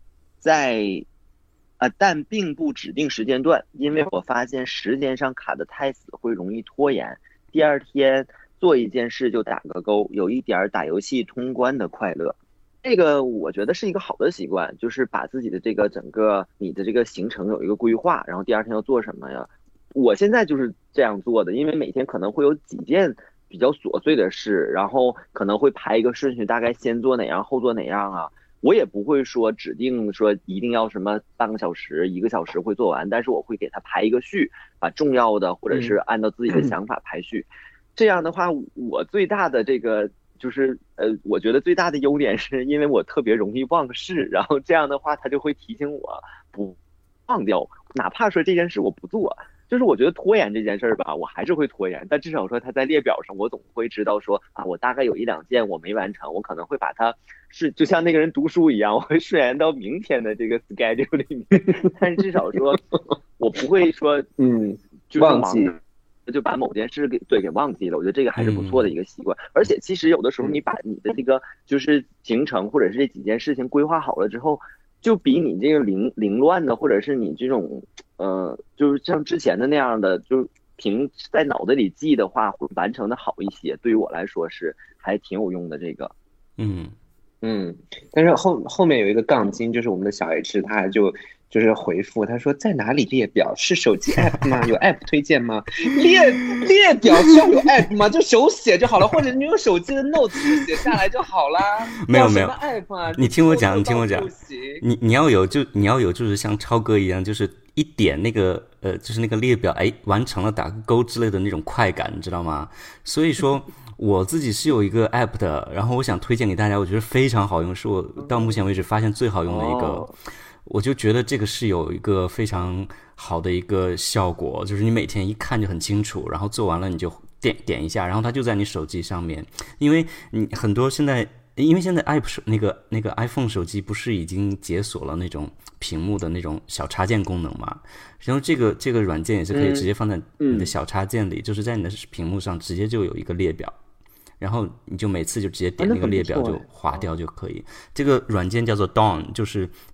但并不指定时间段，因为我发现时间上卡得太死会容易拖延。第二天做一件事就打个勾，有一点打游戏通关的快乐。这个我觉得是一个好的习惯，就是把自己的这个整个你的这个行程有一个规划，然后第二天要做什么呀？我现在就是这样做的，因为每天可能会有几件比较琐碎的事，然后可能会排一个顺序，大概先做哪样后做哪样啊。我也不会说指定说一定要什么半个小时、1个小时会做完，但是我会给它排一个序，把重要的或者是按照自己的想法排序。这样的话，我最大的这个就是我觉得最大的优点是因为我特别容易忘事，然后这样的话他就会提醒我不忘掉，哪怕说这件事我不做，就是我觉得拖延这件事吧，我还是会拖延，但至少说他在列表上，我总会知道说啊，我大概有1、2件我没完成，我可能会把它就像那个人读书一样，我会顺延到明天的这个 schedule 里面，但是至少说我不会说就是忘记。 就把某件事给忘记了，我觉得这个还是不错的一个习惯。而且其实有的时候你把你的这个就是行程或者是这几件事情规划好了之后，就比你这个凌乱的或者是你这种就是像之前的那样的，就是凭在脑子里记的话，会完成的好一些。对于我来说是还挺有用的这个。 但是后面有一个杠精，就是我们的小 H， 他还就是回复他说在哪里列表？是手机 app 吗？有 app 推荐吗？列表需要有 app 吗？就手写就好了，或者你用手机的 notes 写下来就好啦。 没有 app 啊？ 你听我讲，你要有就是像超哥一样，就是一点那个就是那个列表，完成了打个勾之类的那种快感，你知道吗？所以说我自己是有一个 app 的，然后我想推荐给大家，我觉得非常好用，是我到目前为止发现最好用的一个。我就觉得这个是有一个非常好的一个效果，就是你每天一看就很清楚，然后做完了你就点一下，然后它就在你手机上面。因为你很多现在 iPhone 那个 iPhone 手机不是已经解锁了那种屏幕的那种小插件功能嘛？然后这个软件也是可以直接放在你的小插件里，就是在你的屏幕上直接就有一个列表。然后你就每次就直接点那个列表就划掉就可以。这个软件叫做 Dawn， 就是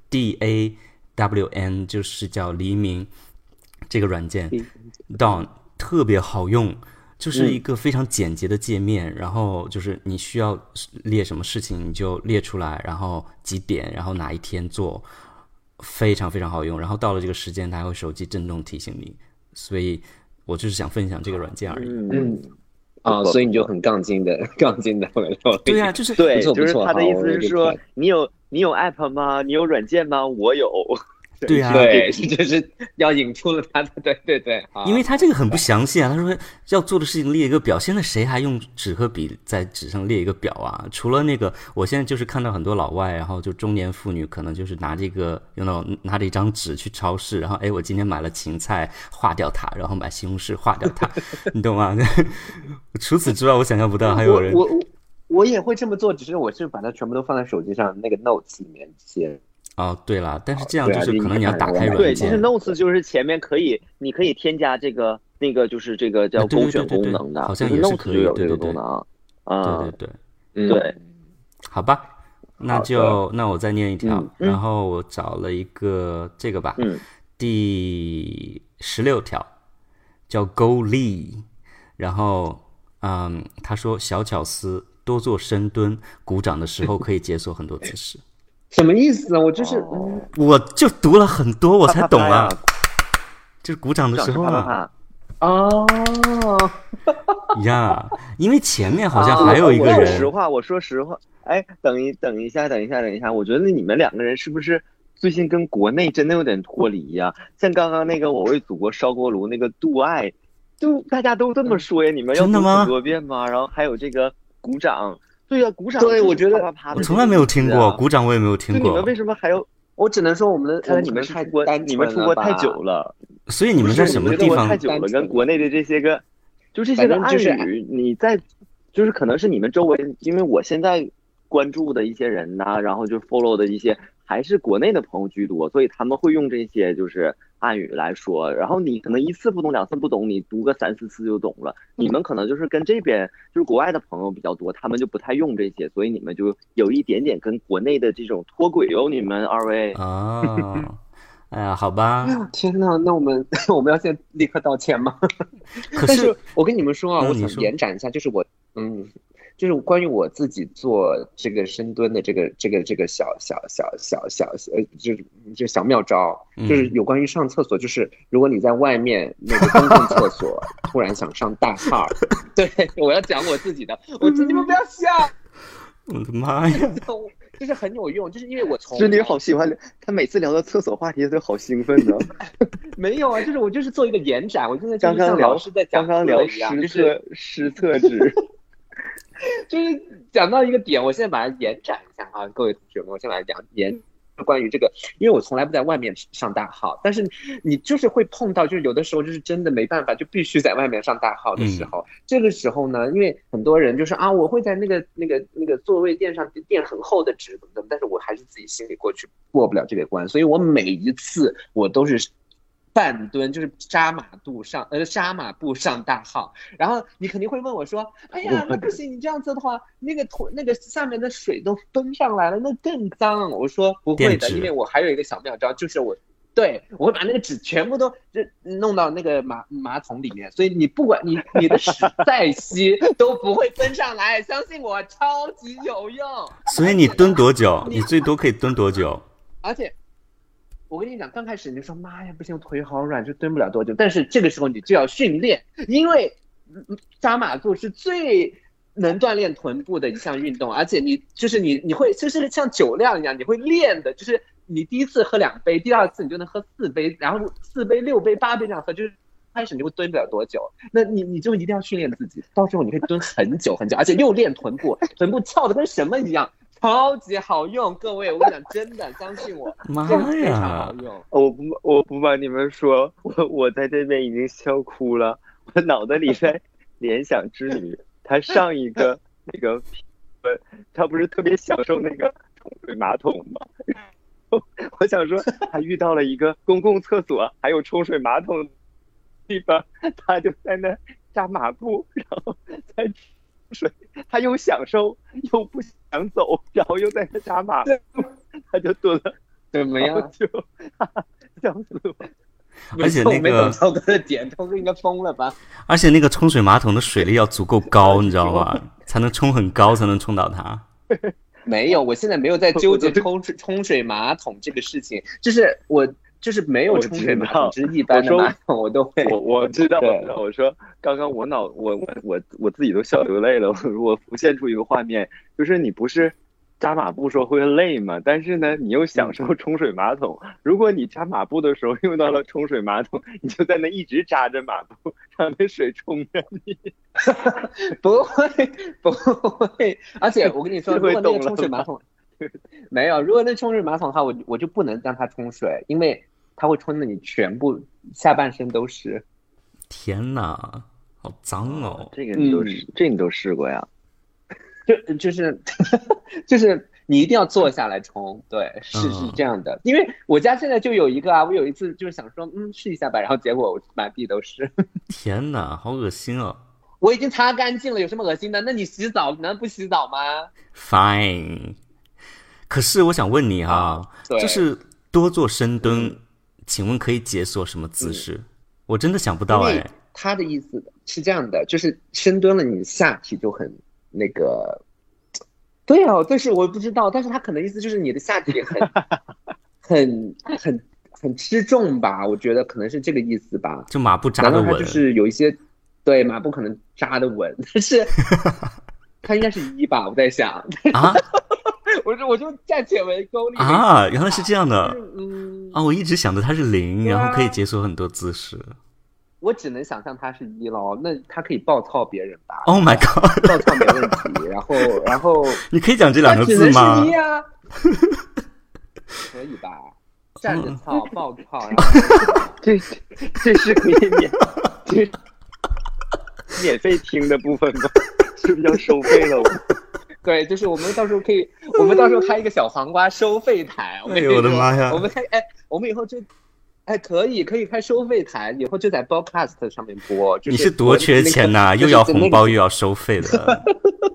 DAWN， 就是叫黎明。这个软件 Dawn 特别好用，就是一个非常简洁的界面，然后就是你需要列什么事情你就列出来，然后几点，然后哪一天做，非常非常好用。然后到了这个时间，它还会手机震动提醒你，所以我就是想分享这个软件而已。 所以你就很杠精的对啊，就是对， 不错就是他的意思是说，你有 app 吗？你有软件吗？我有。 对啊， 对，就是要引出了他的，对， 因为他这个很不详细啊。他说要做的事情列一个表，现在谁还用纸和笔在纸上列一个表啊？除了那个，我现在就是看到很多老外，然后就中年妇女可能就是拿着一张纸去超市，然后我今天买了芹菜，划掉它，然后买西红柿，划掉它，你懂吗？除此之外，我想象不到还有人。 我也会这么做，只是我是把它全部都放在手机上那个 notes 里面写。 对了，但是这样就是可能你要打开软件。 对，其实 Notes 就是前面你可以添加这个那个就是这个叫勾选功能的， 好像也是可以， 有这个功能啊。对， 好吧，那我再念一条，然后我找了一个这个吧，第16条叫 Go Lee， 然后他说小巧思，多做深蹲，鼓掌的时候可以解锁很多姿势。 什么意思啊？我就读了很多我才懂啊，就是鼓掌的时候啊。呀，因为前面好像还有一个人。 我说实话，等一下，我觉得你们2个人是不是最近跟国内真的有点脱离呀？像刚刚那个我为祖国烧锅炉那个度爱，就大家都这么说呀，你们要读很多遍吗？然后还有这个鼓掌。对啊，鼓掌。 对，我觉得我从来没有听过鼓掌，我也没有听过。 你们为什么还有？ 我只能说我们看来你们出国太久了。 所以你们在什么地方？ 太久了，跟国内的这些个，就这些个暗语，你在就是可能是你们周围，因为我现在关注的一些人呐、然后就 follow 的一些还是国内的朋友居多，所以他们会用这些就是暗语来说，然后你可能一次不懂两次不懂，你读个3、4次就懂了。你们可能就是跟这边就是国外的朋友比较多，他们就不太用这些，所以你们就有一点点跟国内的这种脱轨哦。你们二位哦，哎呀，好吧。 天哪，那我们我们要现在立刻道歉吗？ 可但是我跟你们说啊，我想你说延展一下，就是我就是关于我自己做这个深蹲的这个就是小妙招，就是有关于上厕所，就是如果你在外面那个公共厕所突然想上大号，对，我要讲我自己的，你们不要笑， 我的妈呀！ 就是很有用，就是因为我从织女好喜欢，他每次聊到厕所话题都好兴奋呢。 没有啊，就是我就是做一个延展，我现在刚刚聊是在讲刚刚聊一样，就是失厕纸。 就是讲到一个点，我现在把它延展一下啊，各位同学们，我先来讲关于这个，因为我从来不在外面上大号，但是你就是会碰到，就是有的时候就是真的没办法，就必须在外面上大号的时候，这个时候呢，因为很多人就是啊，我会在那个座位垫上垫很厚的纸怎么，但是我还是自己心里过不了这个关，所以我每一次我都是半蹲，就是扎马步上大号，然后你肯定会问我说：“哎呀，那不行，你这样子的话，那个下面的水都奔上来了，那更脏。”我说不会的，因为我还有一个小妙招，就是我会把那个纸全部都弄到那个马桶里面，所以你不管你的屎再稀都不会奔上来，相信我，超级有用。 所以你蹲多久？你最多可以蹲多久？ 而且。我跟你讲，刚开始你就说妈呀，不行，腿好软，就蹲不了多久。但是这个时候你就要训练，因为扎马步是最能锻炼臀部的一项运动，而且你会就是像酒量一样，你会练的，就是你第一次喝2杯，第二次你就能喝4杯，然后4杯、6杯、8杯这样喝，就是开始你就会蹲不了多久。那你就一定要训练自己，到时候你可以蹲很久很久，而且又练臀部，臀部翘的跟什么一样。超级好用，各位，我跟你讲，真的相信我， 妈呀，非常好用。 我不瞒你们说，我在这边已经笑哭了，我脑袋里在联想织女，她上一个那个她不是特别享受那个冲水马桶吗？我想说，她遇到了一个公共厕所还有冲水马桶地方，她就在那扎马步，然后在水，他又享受又不想走，然后又在那扎马，他就蹲了， 怎么样？ 就笑死我！ 而且那个超哥的点，超哥应该疯了吧？ 而且那个冲水马桶的水力要足够高，你知道吗？才能冲很高，才能冲倒它。 没有，我现在没有在纠结冲水马桶这个事情，就是我。就是没有冲水马桶，只是一般的马桶我都会。 我知道，我说刚刚我自己都笑流泪了。我浮现出一个画面，就是你不是扎马步说会累嘛，但是呢，你又享受冲水马桶。如果你扎马步的时候用到了冲水马桶，你就在那一直扎着马步，让那水冲着你。 不会，而且我跟你说，如果那个冲水马桶没有，如果那冲水马桶的话，我就不能让它冲水，因为它会冲的你全部下半身都是。 天哪，好脏哦！ 这你都试过呀？ 就是你一定要坐下来冲，对，是这样的。因为我家现在就有一个啊，我有一次就是想说试一下吧，然后结果我满地都是。 天哪，好恶心哦！ 我已经擦干净了，有什么恶心的？那你洗澡能不洗澡吗 ？Fine。可是我想问你就是多做深蹲，请问可以解锁什么姿势？我真的想不到哎。 他的意思是这样的，就是深蹲了，你的下体就很那个。对啊，但是我不知道，但是他可能意思就是你的下体很吃重吧？我觉得可能是这个意思吧。 就马步扎得稳， 他就是有一些对马步可能扎得稳，但是他应该是1吧？我在想啊。 我就暂且为勾力啊，原来是这样的。我一直想着它是0，然后可以解锁很多姿势。 我只能想象它是1咯，那它可以暴操别人吧 ？Oh my god， 暴操没问题。然后你可以讲这2个字吗？ 只能是1啊，可以吧？站着操，暴操， 这是可以免费听的部分吗？ 是不是要收费了？ 对，就是我们到时候可以，我们到时候开一个小黄瓜收费台。 哎呦我的妈呀！ 我们我们以后就，可以开收费台，以后就在 Podcast 上面播。就是、 你是多缺钱呐、又要红包又要收费的。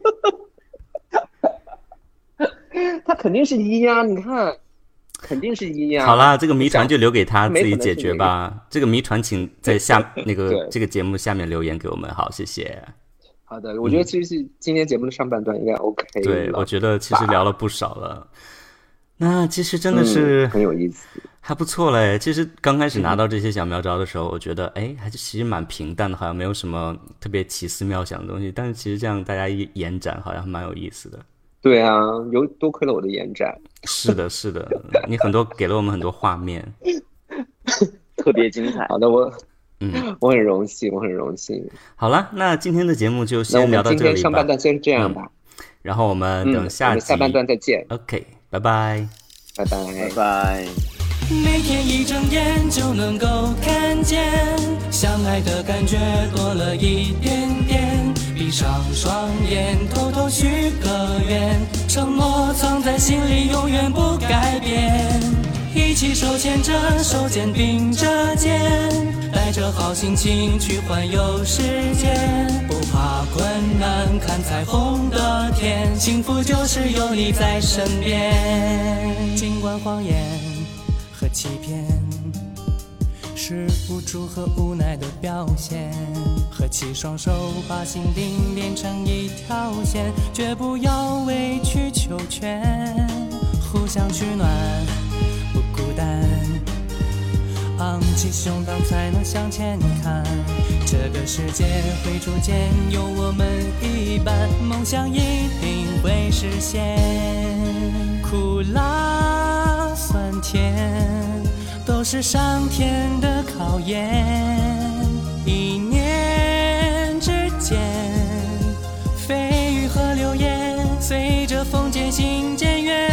他肯定是一呀，你看，肯定是一呀。 好啦，这个谜团就留给他自己解决吧。这个谜团请在那个这个节目下面留言给我们，好，谢谢。 好的，我觉得其实是今天节目的上半段应该 OK 了。 对，我觉得其实聊了不少了。那其实真的是、 很有意思， 还不错嘞。其实刚开始拿到这些小妙招的时候，我觉得还是其实蛮平淡的，好像没有什么特别奇思妙想的东西。但是其实这样大家一延展，好像蛮有意思的。 对啊，多亏了我的延展。 是的，是的，你给了我们很多画面， 特别精彩。 好的，我很荣幸，我很荣幸。 好了，那今天的节目就先聊到这里吧。 今天上半段先这样吧。 然后我们等下集、 下半段再见。 OK， 拜拜， 拜拜， 拜拜。 每天一睁眼就能够看见，相爱的感觉多了一点点。闭上双眼，偷偷许个愿，承诺藏在心里，永远不改变。一起手牵着手，肩并着肩，带着好心情去环游世界。不怕困难，看彩虹的天，幸福就是有你在身边。尽管谎言和欺骗是无助和无奈的表现，合起双手把心灵连成一条线，绝不要委曲求全，互相取暖不孤单，昂起胸膛才能向前看，这个世界会逐渐有我们一半，梦想一定会实现。苦辣酸甜都是上天的考验，一念之间，蜚语和流言随着风渐行渐远。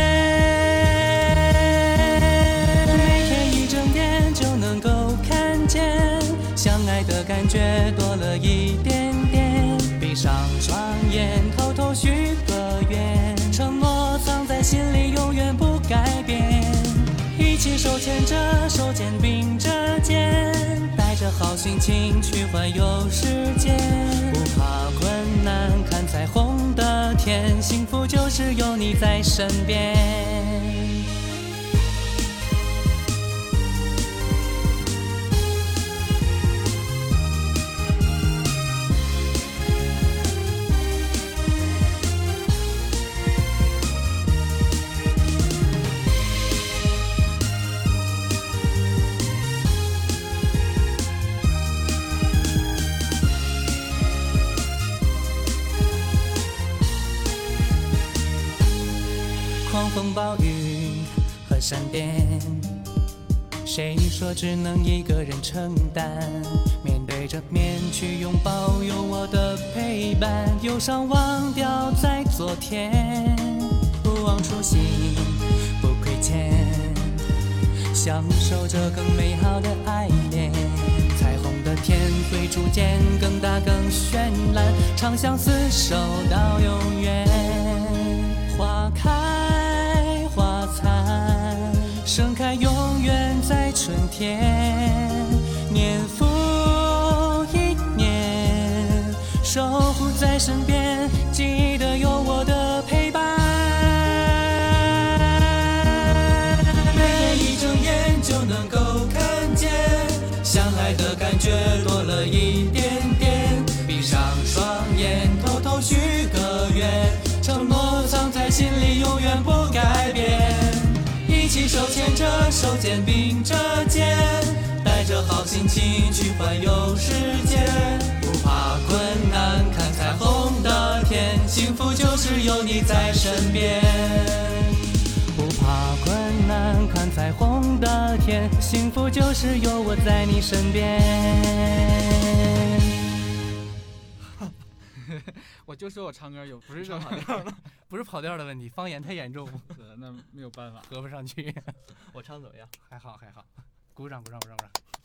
每天一睁眼就能够看见，相爱的感觉多了一点点。闭上双眼，偷偷许个愿，承诺藏在心里，永远不改变。一起手牵着手，肩并着肩，带着好心情去环游世界。不怕困难，看彩虹的天，幸福就是有你在身边。狂风暴雨和闪电，谁说只能一个人承担？面对着面去拥抱，有我的陪伴，忧伤忘掉在昨天，不忘初心不亏欠，享受着更美好的爱恋。彩虹的天会逐渐更大更绚烂，长相厮守到永远。花开花灿，盛开永远在春天，年复一年，守护在身边，记得有我的陪伴。每天一睁眼就能够看见，相爱的感觉多了一点点。闭上双眼，偷偷许个愿，承诺藏在心里，永远不改变。一起手牵着手，肩并着肩，带着好心情去环游世界。不怕困难，看彩虹的天，幸福就是有你在身边。不怕困难，看彩虹的天，幸福就是有我在你身边。 我就说我唱歌不是跑调的，不是跑调的问题，方言太严重， 那没有办法， 合不上去。 我唱怎么样？ 还好，鼓掌。